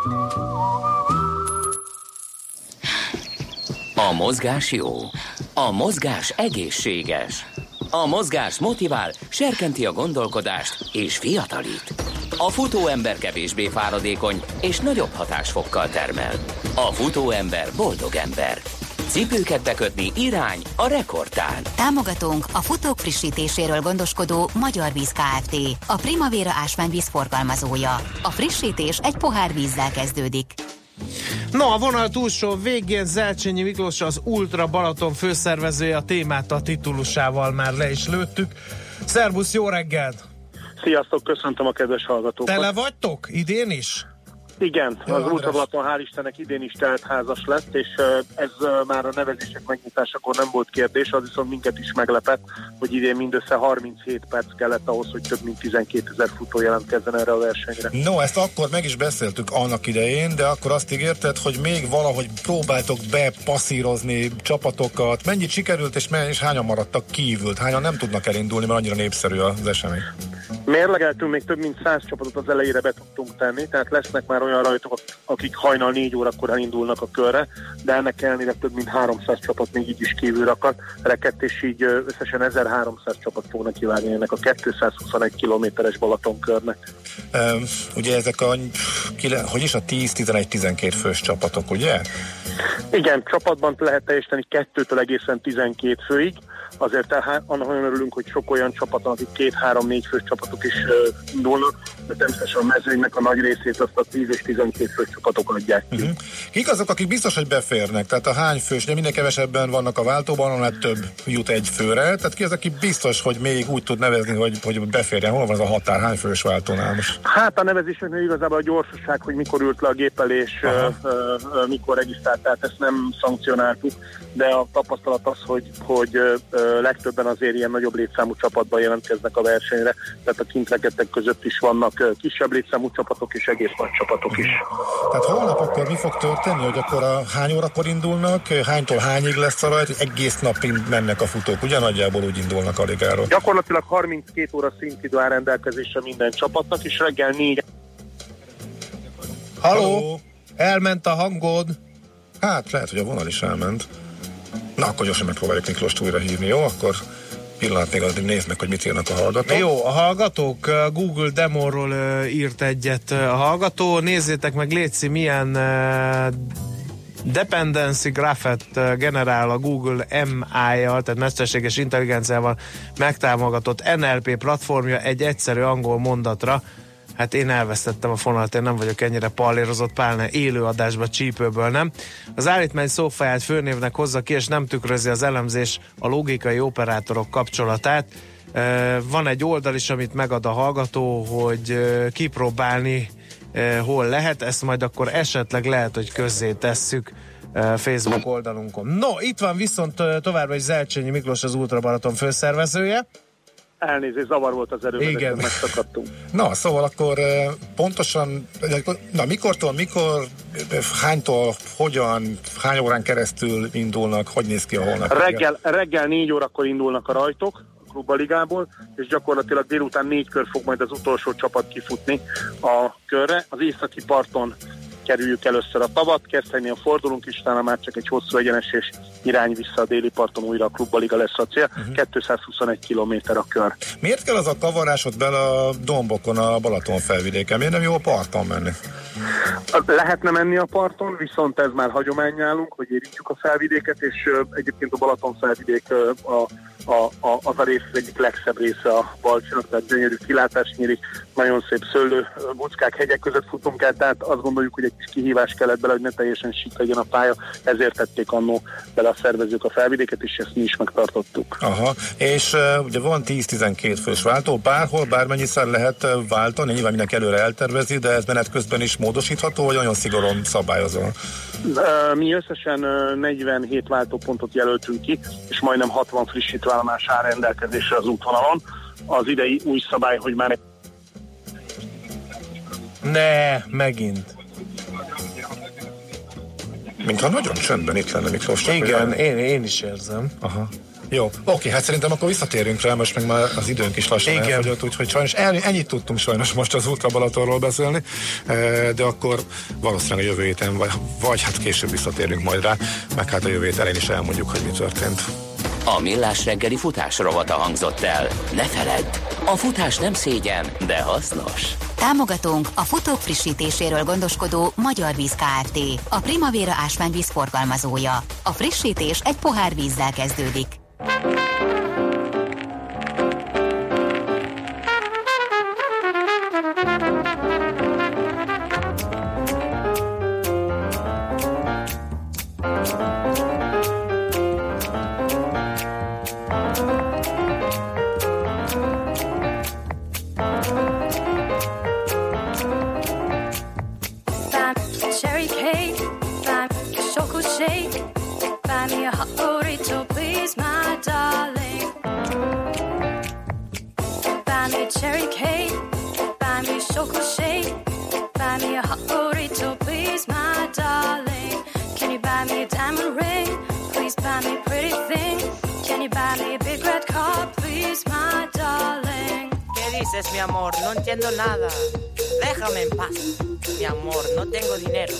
A mozgás jó. A mozgás egészséges. A mozgás motivál, serkenti a gondolkodást és fiatalít. A futóember kevésbé fáradékony és nagyobb hatásfokkal termel. A futóember boldog ember. Cipőket bekötni irány a rekordtán.
Támogatónk a futók frissítéséről gondoskodó Magyar Víz Kft. A Primavera ásványvíz forgalmazója. A frissítés egy pohár vízzel kezdődik.
No, a vonal túlsó végén Zelcsényi Miklós, az Ultra Balaton főszervezője, a témát a titulusával már le is lőttük. Szervusz, jó reggelt!
Sziasztok, köszöntöm a kedves hallgatókat!
Tele vagytok? Idén is?
Igen, az Ultra Balaton hál' Istennek idén is teltházas lett, és ez már a nevezések megnyitásakor nem volt kérdés, az viszont minket is meglepett, hogy idén mindössze 37 perc kellett ahhoz, hogy több mint 12 000 futó jelentkezzen erre a versenyre.
No, ezt akkor meg is beszéltük annak idején, de akkor azt ígérted, hogy még valahogy próbáltok bepasszírozni csapatokat. Mennyit sikerült, és hányan maradtak kívül? Hányan nem tudnak elindulni, mert annyira népszerű az esemény?
Mérlegeltünk, még több mint 100 csapatot az elejére be tudtunk tenni, tehát lesznek már olyan rajtok, akik hajnal 4 órakor elindulnak a körre, de ennek ellenére több mint 300 csapat még így is kívül akad, rekett, és így összesen 1300 csapat fognak kivárni ennek a 221 kilométeres Balatonkörnek.
Ugye ezek a 10-11-12 fős csapatok, ugye?
Igen, csapatban lehet teljesíteni 2-től egészen 12 főig. Azért annak nagyon örülünk, hogy sok olyan csapat, akik 2-3-4 fős csapatok is indulnak, de természetesen a mezőnynek a nagy részét azt a 10 és 12 fős csapatok adják ki.
Kik azok, akik biztos, hogy beférnek? Tehát a hány fős, de minél kevesebben vannak a váltóban, annál több jut egy főre. Tehát ki az, aki biztos, hogy még úgy tud nevezni, hogy beférjen? Hol van az a határ? Hány fős váltónál most?
Hát a nevezéseknél igazából a gyorsaság, hogy mikor ült le a gép elé, és mikor regisztrált, tehát ezt nem szankcionáltuk, de a tapasztalat az, hogy legtöbben azért ilyen nagyobb létszámú csapatban jelentkeznek a versenyre, tehát a kintrekedtek között is vannak kisebb létszámú csapatok és egész nagy csapatok is.
Tehát holnap akkor mi fog történni, hogy akkor hány órakor indulnak, hánytól hányig lesz a rajt, egész napig mennek a futók, ugye nagyjából úgy indulnak a ligáról?
Gyakorlatilag 32 óra szintidő áll rendelkezésre minden csapatnak, és reggel 4.
Halló? Elment a hangod?
Hát lehet, hogy a vonal is elment. Na, akkor gyorsan megpróbáljuk Miklóst újra hívni, jó? Akkor pillanat, még addig nézd meg, hogy mit írnak a hallgatók.
Jó, a hallgatók, Google Demóról írt egyet a hallgató. Nézzétek meg, létszi, milyen dependency graph-et generál a Google MI-jal, tehát mesterséges intelligenciával megtámogatott NLP platformja egy egyszerű angol mondatra. Hát én elvesztettem a fonalat, én nem vagyok ennyire pallérozott, pláne élő adásba csípőből nem. Az állítmány szófaját főnévnek hozza ki, és nem tükrözi az elemzés a logikai operátorok kapcsolatát. Van egy oldal is, amit megad a hallgató, hogy kipróbálni hol lehet, ezt majd akkor esetleg lehet, hogy közzé tesszük Facebook oldalunkon. No, itt van viszont továbbra is Zelcsényi Miklós, az Ultra Balaton főszervezője.
Elnézést, zavar volt az erőben,
igen,
megszakadtunk.
Na, szóval akkor pontosan, mikortól, hánytól, hogyan, hány órán keresztül indulnak, hogy néz ki a holnap?
Reggel 4 órakor indulnak a rajtok a Klubba Ligából, és gyakorlatilag délután 4 kör fog majd az utolsó csapat kifutni a körre. Az északi parton kerüljük először a tavat, Keszthelynél fordulunk, és utána már csak egy hosszú egyenes és irány vissza a déli parton, újra a Klubba Liga lesz a cél. 221 kilométer a kör.
Miért kell az a kavarásod bele a dombokon, a Balaton felvidéken? Miért nem jó a parton menni?
Lehetne menni a parton, viszont ez már hagyomány nálunk, hogy érintjük a felvidéket, és egyébként a Balaton felvidék az a rész az egyik legszebb része a Balcsinak, tehát gyönyörű kilátás nyílik, nagyon szép szőlő, buckák, hegyek között futunk el, tehát azt gondoljuk, hogy egy kis kihívás kellett bele, hogy ne teljesen sík legyen a pálya, ezért tették annó bele a szervezők a felvidéket, és ezt mi is megtartottuk.
Aha, és ugye van 10-12 fős váltó, bárhol, bármennyiszer lehet váltani, nyilván mindenki előre eltervezi, de ez menet közben is módosítható, vagy nagyon szigorúan szabályozol?
Mi összesen 47 váltópontot jelöltünk ki, és majdnem 60 frissítőállomás áll rendelkezésre az útvonalon. Az idei új szabály, hogy már...
Megint.
Mintha nagyon csöndben itt lenne Miklós.
Igen, én is érzem.
Aha. Jó, oké, hát szerintem akkor visszatérünk rá, most meg már az időnk is lassan elfogyott, úgyhogy sajnos ennyit tudtunk sajnos most az Ultra Balatonról beszélni, de akkor valószínűleg a jövő héten, vagy hát később visszatérünk majd rá, meg hát a jövő hét elején is elmondjuk, hogy mi történt.
A Millás reggeli futás rovata hangzott el. Ne feledd, a futás nem szégyen, de hasznos.
Támogatónk a futók frissítéséről gondoskodó Magyar Víz Kft. A Primavera ásványvíz forgalmazója. A frissítés egy pohár vízzel kezdődik.
Cherry cake, buy me a chocolate shake, buy me a hot burrito, please, my darling. Buy me a cherry cake, buy me a chocolate shake, buy me a hot burrito, please, my darling. Can you buy me a diamond ring? Please buy me a pretty thing. Can you buy me a big red car, please, my darling?
¿Qué dices, mi amor? No entiendo nada. Déjame en paz. Mi amor, no tengo dinero.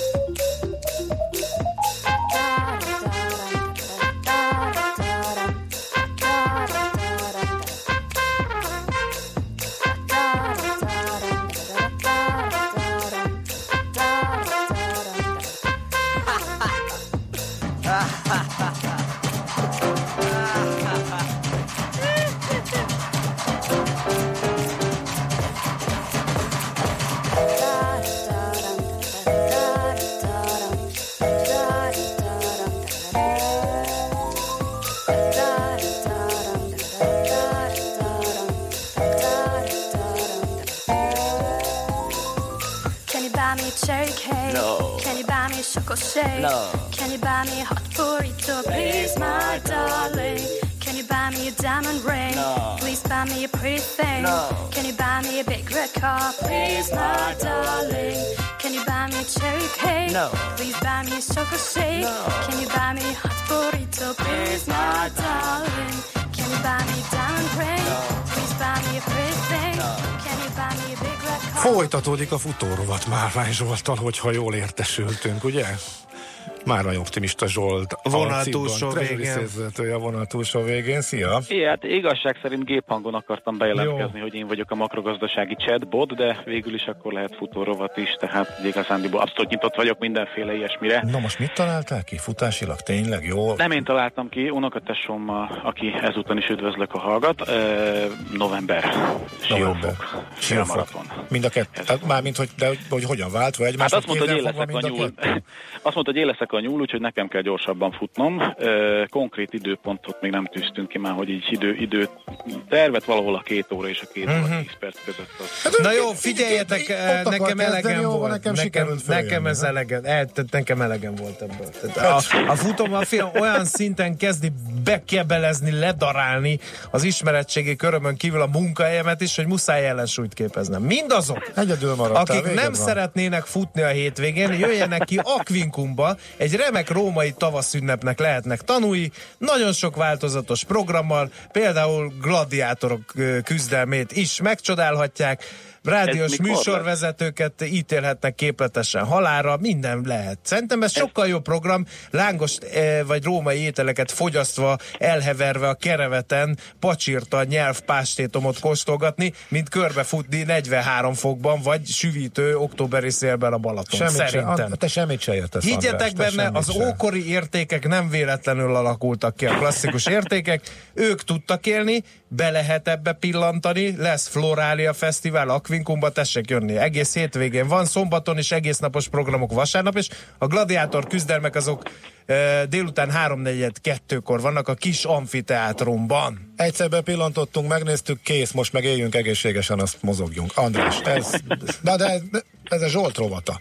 Cherry cake.
No.
Can you buy me a chocolate shake?
No.
Can you buy me a hot burrito, please, my darling? Can you buy me a diamond ring?
No.
Please buy me a pretty thing.
No.
Can you buy me a big red car, please, my darling? Can you buy me a cherry cake?
No.
Please buy me a chocolate shake.
No.
Can you buy me a hot burrito, please, my darling? Can you buy me a diamond ring?
No.
Please buy me a pretty thing. Can you buy me a big red car?
Folytatódik a futórovat Márvány Zsolttal, hogyha jól értesültünk, ugye? Márvány Optimista Zsolt.
Vonal túlsó végén.
A vonal túlsó végén. Szia!
Hát igazság szerint géphangon akartam bejelentkezni, hogy én vagyok a makrogazdasági chatbot, de végül is akkor lehet futórovat is, tehát igazándiból abszolút nyitott vagyok mindenféle ilyesmire.
Na most mit találtál ki? Futásilag tényleg jó?
Nem én találtam ki, unokatesommal, aki ezúton is üdvözlök a hallgat, november. Siófok.
Mind a kettő. Mármint, hogy hogyan váltva egymás.
Hát azt mondta, hogy én leszek a nyúl. Azt mondta, hogy én leszek a nyúl, úgyhogy nekem kell gyorsabban futnom. Konkrét időpontot még nem tűztünk ki már, hogy így idő tervet valahol a 2 óra és a 2 óra 10 perc között.
Na jó, figyeljetek, nekem elegem volt. Nekem ez nekem elegem volt ebből. A futómafia olyan szinten kezdi bekebelezni, ledarálni az ismeretségi körömön kívül a munkahelyemet is, hogy muszáj ellensúlyt képeznem. Mindazok, akik nem szeretnének futni a hétvégén, jöjjenek ki Aquincumba, egy remek római tavaszünnepnek lehetnek tanúi, nagyon sok változatos programmal, például gladiátorok küzdelmét is megcsodálhatják, rádiós műsorvezetőket ítélhetnek képletesen halálra, minden lehet. Szerintem ez sokkal jobb program, lángos vagy római ételeket fogyasztva, elheverve a kereveten, pacsirta nyelvpástétomot kóstolgatni, mint körbefutni 43 fokban, vagy süvítő októberi szélben a Balaton. Szerintem.
Te semmit se értesz,
higgyetek benne, az ókori értékek nem véletlenül alakultak ki, a klasszikus értékek, ők tudtak élni, be lehet ebbe pillantani, lesz Florália Fesztivál, Aquincumba, tessék jönni. Egész hétvégén van, szombaton is egész napos programok vasárnap, és a gladiátor küzdelmek azok délután 3:42-kor vannak a kis amfiteátrumban.
Egyszer bepillantottunk, megnéztük, kész, most meg éljünk egészségesen, azt mozogjunk. András, ez a Zsolt rovata.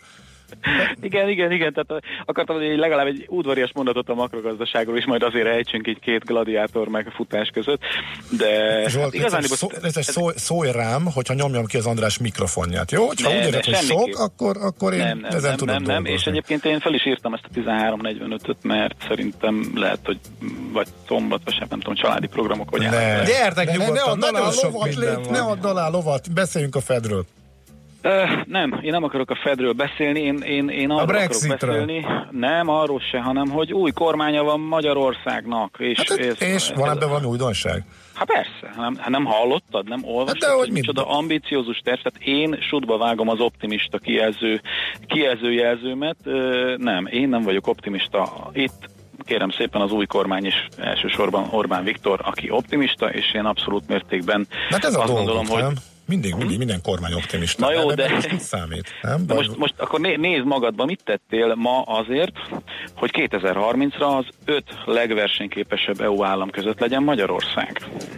Igen, tehát akartam, hogy legalább egy udvarias mondatot a makrogazdaságról is, majd azért ejtsünk így 2 gladiátor meg futás között, de
Zsolt, szólj rám, hogyha nyomjam ki az András mikrofonját, jó? Ha úgy érzed, hogy sok, akkor én ezen tudom dolgozni.
És egyébként én fel is írtam ezt a 13:45-öt, mert szerintem lehet, hogy vagy szombat, vagy sem, nem tudom, családi programok, vagy
gyertek nyugodtan, nagyon sok minden van.
Ne add alá lovat, beszéljünk a Fedről.
Nem, én nem akarok a Fedről beszélni, én arról akarok beszélni, nem arról se, hanem hogy új kormánya van Magyarországnak. És
van ebben valami újdonság?
Hát persze, nem hallottad, nem olvastad, hogy micsoda ambiciózus terv, tehát én sutba vágom az optimista kijelzőjelzőmet, nem, én nem vagyok optimista, itt kérem szépen az új kormány is, elsősorban Orbán Viktor, aki optimista, és én abszolút mértékben
azt gondolom, hogy Mindig minden kormány optimista.
Na jó, de
most mit számít? Nem?
Most akkor nézd magadba, mit tettél ma azért, hogy 2030-ra az 5 legversenyképesebb EU állam között legyen Magyarország.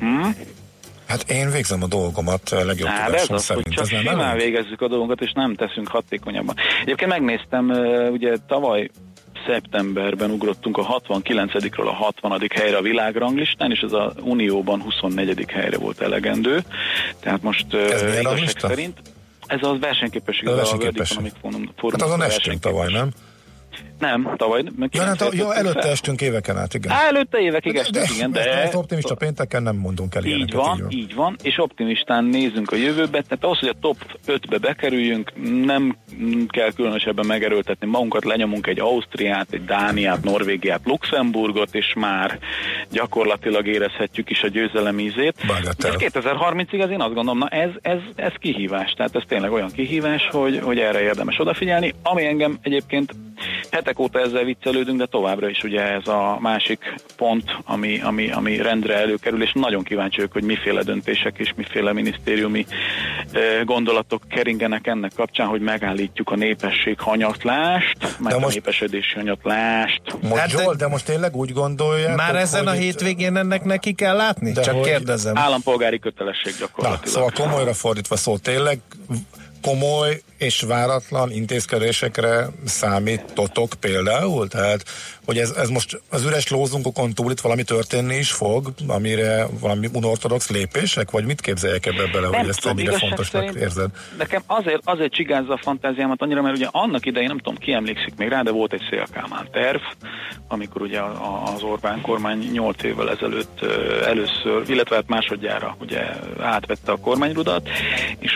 Hát én végzem a dolgomat legjobb tudásom szerint.
Hogy csak simán végezzük a dolgokat, és nem teszünk hatékonyabban. Egyébként megnéztem, ugye tavaly szeptemberben ugrottunk a 69-ről a 60. helyre a világranglistán, és ez az Unióban 24. helyre volt elegendő. Tehát most igazság szerint ez a versenyképesség, az a World Economic Forum.
Hát azon estünk tavaly, nem?
Nem, tavaly.
Előtte estünk éveken át, igen.
Előtte évekig estünk, igen, de...
Ezt optimista pénteken nem mondunk el ilyeneket.
Így van, és optimistán nézzünk a jövőbe, tehát ahhoz, hogy a top 5-be bekerüljünk, nem kell különösebben megerőltetni magunkat, lenyomunk egy Ausztriát, egy Dániát, Norvégiát, Luxemburgot, és már gyakorlatilag érezhetjük is a győzelem ízét. 2030-ig én azt gondolom, ez kihívás, tehát ez tényleg olyan kihívás, hogy erre érdemes odafigyelni, ami engem egyébként hetek óta ezzel viccelődünk, de továbbra is ugye ez a másik pont, ami rendre előkerül, és nagyon kíváncsi vagyok, hogy miféle döntések és miféle minisztériumi gondolatok keringenek ennek kapcsán, hogy megállítjuk a népesség hanyatlást, meg a népesedési hanyatlást.
De most tényleg úgy gondolják,
már ezen a hétvégén ennek neki kell látni? Csak kérdezem.
Állampolgári kötelesség gyakorlatilag.
Szóval komolyra fordítva szó, tényleg komoly és váratlan intézkedésekre számítotok például? Tehát, hogy ez most az üres lózunkokon túl itt valami történni is fog, amire valami unortodox lépések, vagy mit képzeljek ebbe bele, hogy ezt ennyire fontosnak érzed?
Nekem azért csigázza a fantáziámat annyira, mert ugye annak idején, nem tudom, ki emlékszik még rá, de volt egy Szél-Kálmán terv, amikor ugye az Orbán kormány 8 évvel ezelőtt először, illetve hát másodjára ugye átvette a kormányrudat, és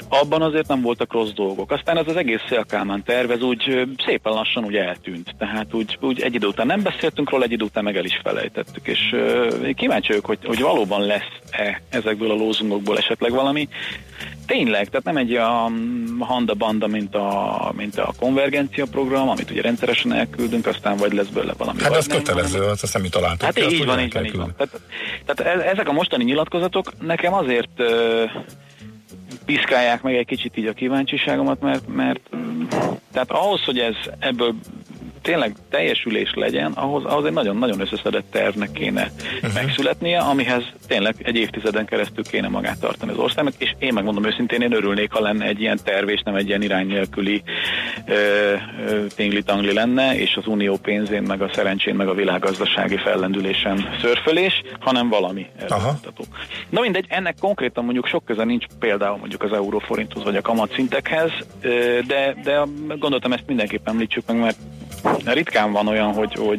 abban azért nem voltak rossz dolgok. Aztán ez az egész Szél-Kálmán terv, ez úgy szépen lassan úgy eltűnt. Tehát úgy egy idő után nem beszéltünk róla, egy idő után meg el is felejtettük. És kíváncsi vagyok, hogy valóban lesz-e ezekből a lózungokból esetleg valami. Tényleg, tehát nem egy olyan handa-banda, mint a konvergencia program, amit ugye rendszeresen elküldünk, aztán vagy lesz belőle valami.
Hát ez kötelező, azt nem mi találtuk.
Hát így van. Tehát ezek a mostani nyilatkozatok nekem azért piszkálják meg egy kicsit így a kíváncsiságomat, mert tehát ahhoz, hogy ebből tényleg teljesülés legyen, ahhoz egy nagyon-nagyon összeszedett tervnek kéne megszületnie, amihez tényleg egy évtizeden keresztül kéne magát tartani az országnak, és én megmondom őszintén, én örülnék, ha lenne egy ilyen terv, és nem egy ilyen irány nélküli tingli-tangli lenne, és az unió pénzén, meg a szerencsén, meg a világgazdasági fellendülésen szörfölés, hanem valami elmutatható. Na mindegy, ennek konkrétan mondjuk sok köze nincs például mondjuk az euróforinthoz, vagy a kamatszintekhez, de gondoltam, ezt mindenképpen említsük meg, mert ritkán van olyan,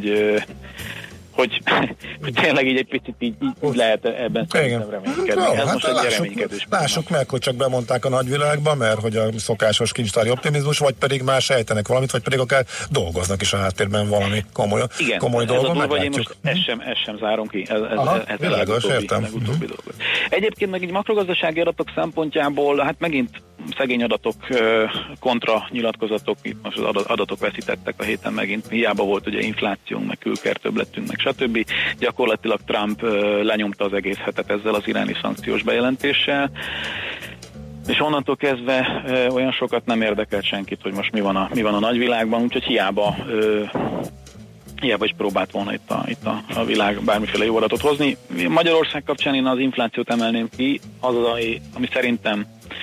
hogy tényleg így egy picit így lehet ebben szerintem reménykedni.
No,
ez most egy reménykedős.
Lássuk meg, hogy csak bemondták a nagyvilágba, mert hogy a szokásos kincstári optimizmus, vagy pedig már sejtenek valamit, vagy pedig akár dolgoznak is a háttérben valami komoly dolgon.
Igen, vagy én most ezt sem zárom ki. Ez
világos, értem.
Legutóbbi dolog. Egyébként meg így makrogazdasági adatok szempontjából, hát megint szegény adatok kontra nyilatkozatok, itt most az adatok veszítettek a héten megint, hiába volt ugye inflációnk, meg külkertöbbletünk, meg stb. Gyakorlatilag Trump lenyomta az egész hetet ezzel az iráni szankciós bejelentéssel, és onnantól kezdve olyan sokat nem érdekelt senkit, hogy most mi van a nagyvilágban, úgyhogy hiába is próbált volna itt a világ bármiféle jó adatot hozni. Magyarország kapcsán én az inflációt emelném ki, az, ami szerintem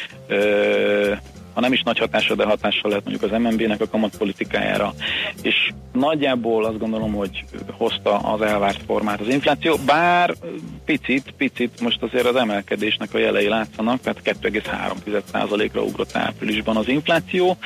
ha nem is nagy hatással, de hatással lehet mondjuk az MNB-nek a kamatpolitikájára, és nagyjából azt gondolom, hogy hozta az elvárt formát az infláció, bár picit most azért az emelkedésnek a jelei látszanak, tehát 2,3%-ra ugrott áprilisban az infláció,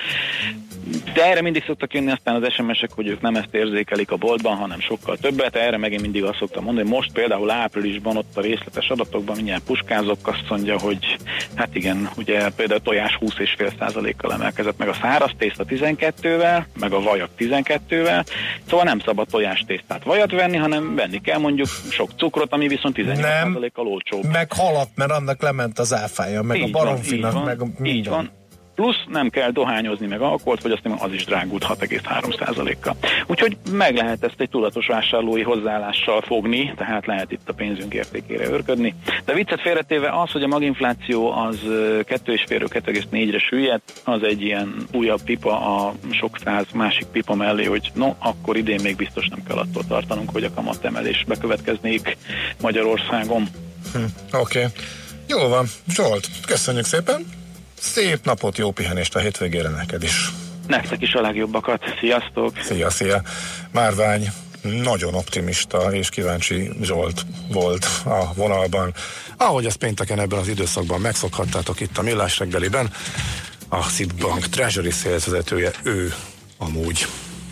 de erre mindig szoktak jönni aztán az SMS-ek, hogy ők nem ezt érzékelik a boltban, hanem sokkal többet. Erre megint mindig azt szoktam mondani, hogy most például áprilisban ott a részletes adatokban mindjárt puskázok, azt mondja, hogy hát igen, ugye például tojás 20,5%-kal emelkezett, meg a száraz tészta 12-vel, meg a vajak 12-vel, szóval nem szabad tojástésztát vajat venni, hanem venni kell mondjuk sok cukrot, ami viszont 18%-kal olcsóbb.
Meg halat, mert annak lement az áfája, meg így a baromfinak, meg minden.
Így van. Plusz nem kell dohányozni meg alkoholt, vagy azt az is drágult 6,3%-kal. Úgyhogy meg lehet ezt egy tudatos vásárlói hozzáállással fogni, tehát lehet itt a pénzünk értékére örködni. De viccet félretéve az, hogy a maginfláció az 2,5-ről 2,4-re süllyedt, az egy ilyen újabb pipa a sok száz másik pipa mellé, hogy no, akkor idén még biztos nem kell attól tartanunk, hogy a kamatemelés bekövetkeznék Magyarországon.
Oké. Jó van. Zsolt, köszönjük szépen. Szép napot, jó pihenést a hétvégére neked is.
Nektek is a legjobbakat. Sziasztok!
Szia! Márvány nagyon optimista és kíváncsi Zsolt volt a vonalban. Ahogy ezt pénteken ebben az időszakban megszokhattátok itt a Millás reggeliben, a Citibank Treasury Sales vezetője, ő amúgy.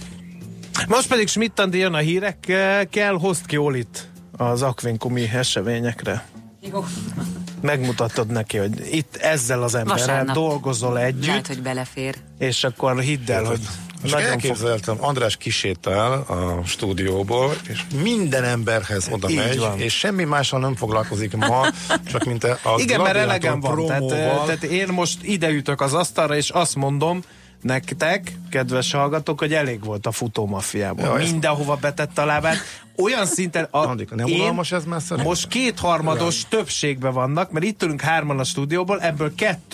Most pedig Schmidt-Andi jön a hírekkel, hozd ki Olit az akvinkumi eseményekre.
Jó.
Megmutatod neki, hogy itt ezzel az emberrel
Vasárnap
dolgozol együtt.
Lehet, hogy belefér.
És akkor hidd el, hogy
és elképzeltem, András kisétál a stúdióból, és minden emberhez oda megy, és semmi mással nem foglalkozik ma, csak mint a
igen, mert elegem van. Tehát én most ideütök az asztalra, és azt mondom nektek, kedves hallgatók, hogy elég volt a futómafiából. Ja, mindenhova betett a lábát. Olyan szinten
ez már
most kétharmados többségben vannak, mert itt ülünk hárman a stúdióból, ebből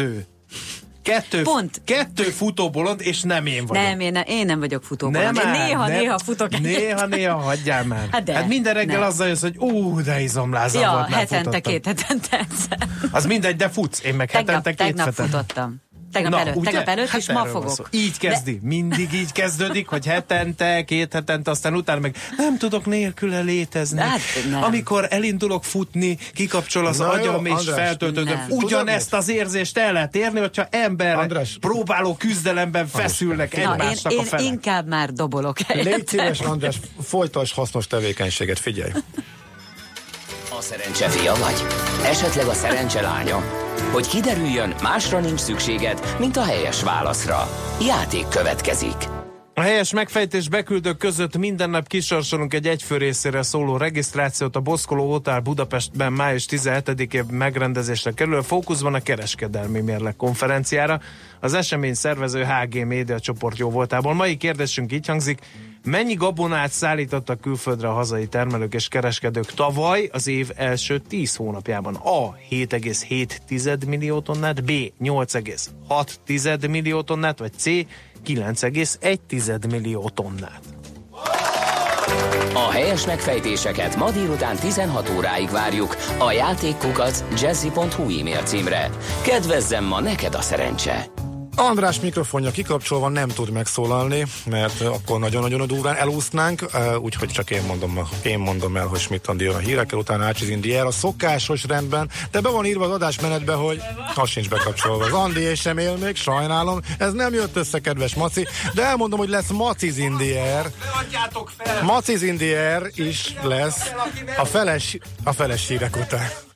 kettő futóbolond, és nem én vagyok.
Nem, én nem vagyok futóbolond. Néha futok egyet.
Néha, hagyjál már. Hát minden reggel azzal jössz, hogy de izomlázam volt, már
hetente, két hetente egyszer.
Az mindegy, de futsz. Én meg
tegnap futottam. Tegnap előtt, és ma fogok.
Így kezdi. Mindig így kezdődik, hogy hetente, két hetente, aztán utána meg nem tudok nélküle létezni. Amikor elindulok futni, kikapcsol az agyam, és feltöltődöm. Ugyanezt az érzést el lehet érni, hogyha ember próbáló küzdelemben feszülnek egymásnak a felek.
Én inkább már dobolok helyette.
Légy szíves, András, folytasd hasznos tevékenységet, figyelj!
A szerencse fia vagy? Esetleg a szerencse lánya? hogy kiderüljön, másra nincs szükséged, mint a helyes válaszra. Játék következik.
A helyes megfejtés beküldők között minden nap kisorsolunk egy egyfő részére szóló regisztrációt. A Boszkoló Hotel Budapestben május 17-én megrendezésre kerül. Fókuszban a kereskedelmi mérleg konferenciára. Az esemény szervező HG Média csoport jóvoltából. Mai kérdésünk így hangzik: mennyi gabonát szállítottak külföldre a hazai termelők és kereskedők tavaly az év első 10 hónapjában? A. 7,7 millió tonnát, B. 8,6 millió tonnát, vagy C. 9,1 millió tonnát.
A helyes megfejtéseket ma délután 16 óráig várjuk a játékkukac jazzy.hu e-mail címre. Kedvezzem ma neked a szerencse!
András mikrofonja kikapcsolva nem tud megszólalni, mert akkor nagyon-nagyon durván elúsznánk, úgyhogy csak én mondom el, hogy Schmidt Andi jön a hírekkel, utána Ácsiz Indiára a szokásos rendben, de be van írva az adásmenetbe, hogy az sincs bekapcsolva. Az Andi és sem él még, sajnálom, ez nem jött össze, kedves Maci, de elmondom, hogy lesz Maciz Indier. Maciz Indier is lesz a feles hírek után.